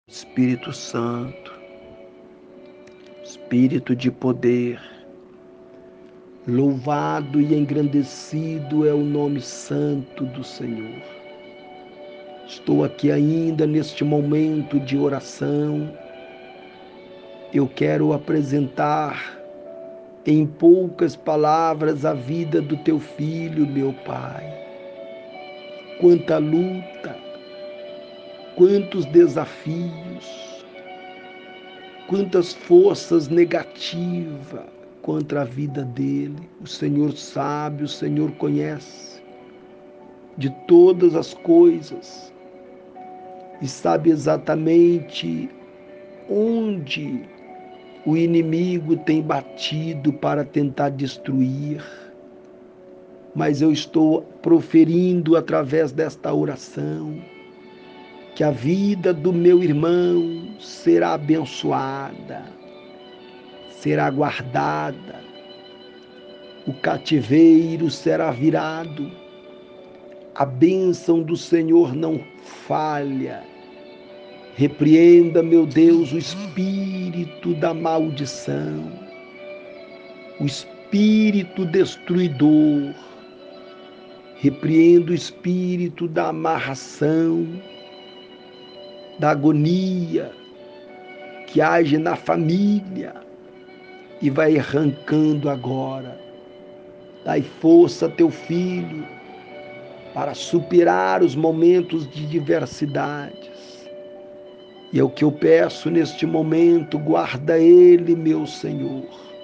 Espírito Santo, Espírito de poder, louvado e engrandecido é o nome santo do Senhor. Estou aqui ainda neste momento de oração. Eu quero apresentar em poucas palavras a vida do teu filho, meu Pai. Quanta luta, quantos desafios, quantas forças negativas contra a vida dele. O Senhor sabe, o Senhor conhece de todas as coisas e sabe exatamente onde o inimigo tem batido para tentar destruir. Mas eu estou proferindo através desta oração que a vida do meu irmão será abençoada, será guardada, o cativeiro será virado, a bênção do Senhor não falha. Repreenda, meu Deus, o espírito da maldição, o espírito destruidor. Repreenda o espírito da amarração, da agonia que age na família e vai arrancando agora. Dai força a teu filho para superar os momentos de diversidades. E é o que eu peço neste momento, guarda ele, meu Senhor,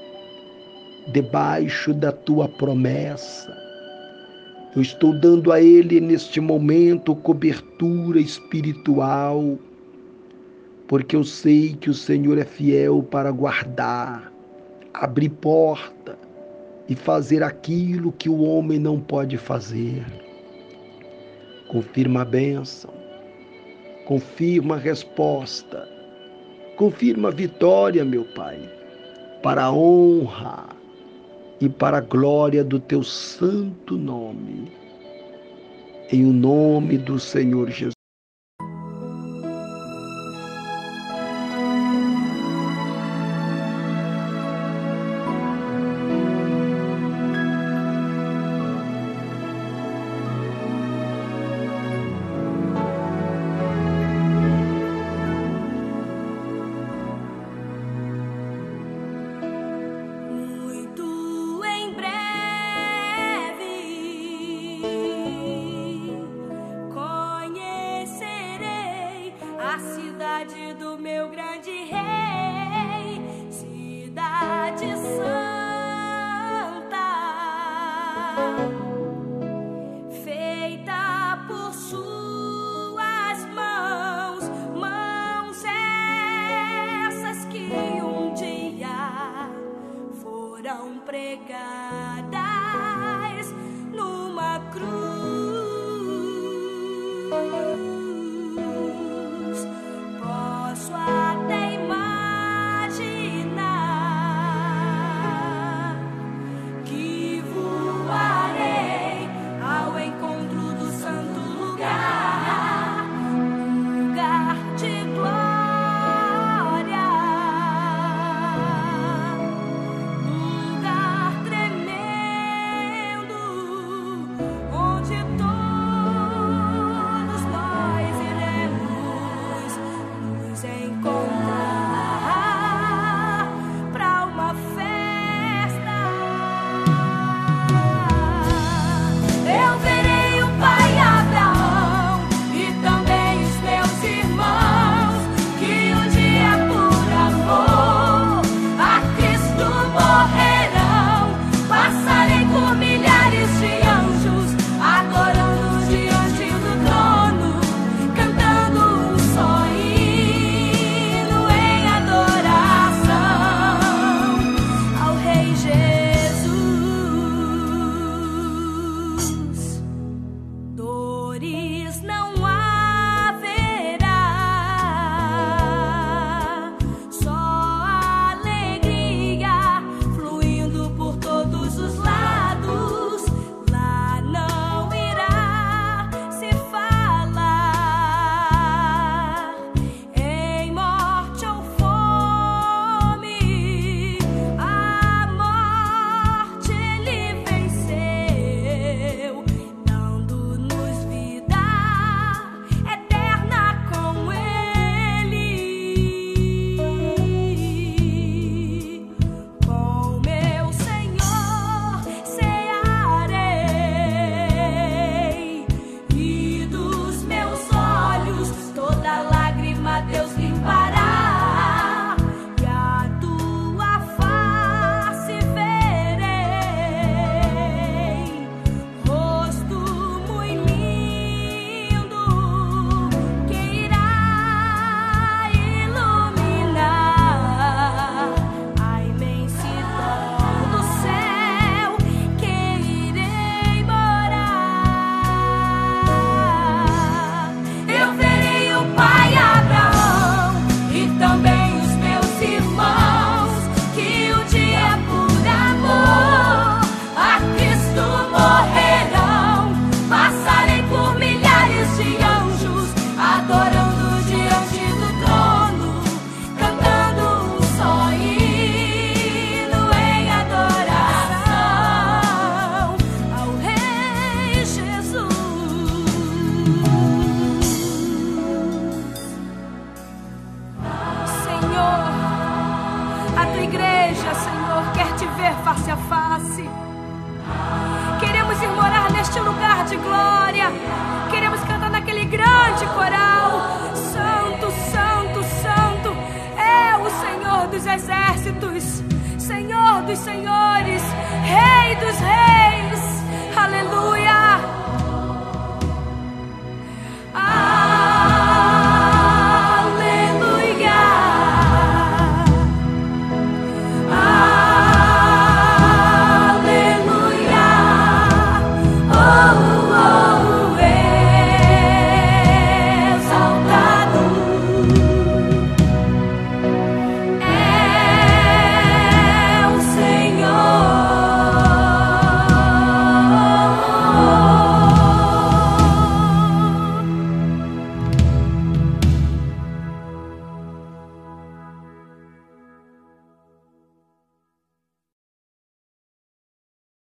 debaixo da tua promessa. Eu estou dando a ele neste momento cobertura espiritual, porque eu sei que o Senhor é fiel para guardar, abrir porta e fazer aquilo que o homem não pode fazer. Confirma a bênção, confirma a resposta, confirma a vitória, meu Pai, para a honra e para a glória do teu santo nome. Em o nome do Senhor Jesus. Do meu grande rei, cidade santa, feita por suas mãos, mãos essas que um dia foram pregadas numa cruz. Posso até imaginar que voarei ao encontro do santo lugar, lugar de glória, lugar tremendo, onde todos nós iremos nos encontrar para uma festa. Eu verei o pai Abraão e também os meus irmãos, que um dia por amor a Cristo morrerão. Passarei por milhares de anjos, adorando diante do trono, cantando um só hino. igreja, Senhor, quer te ver face a face. Queremos ir morar neste lugar de glória. Queremos cantar naquele grande coral. Santo, santo, santo é o Senhor dos exércitos, Senhor dos senhores, Rei dos reis. Aleluia.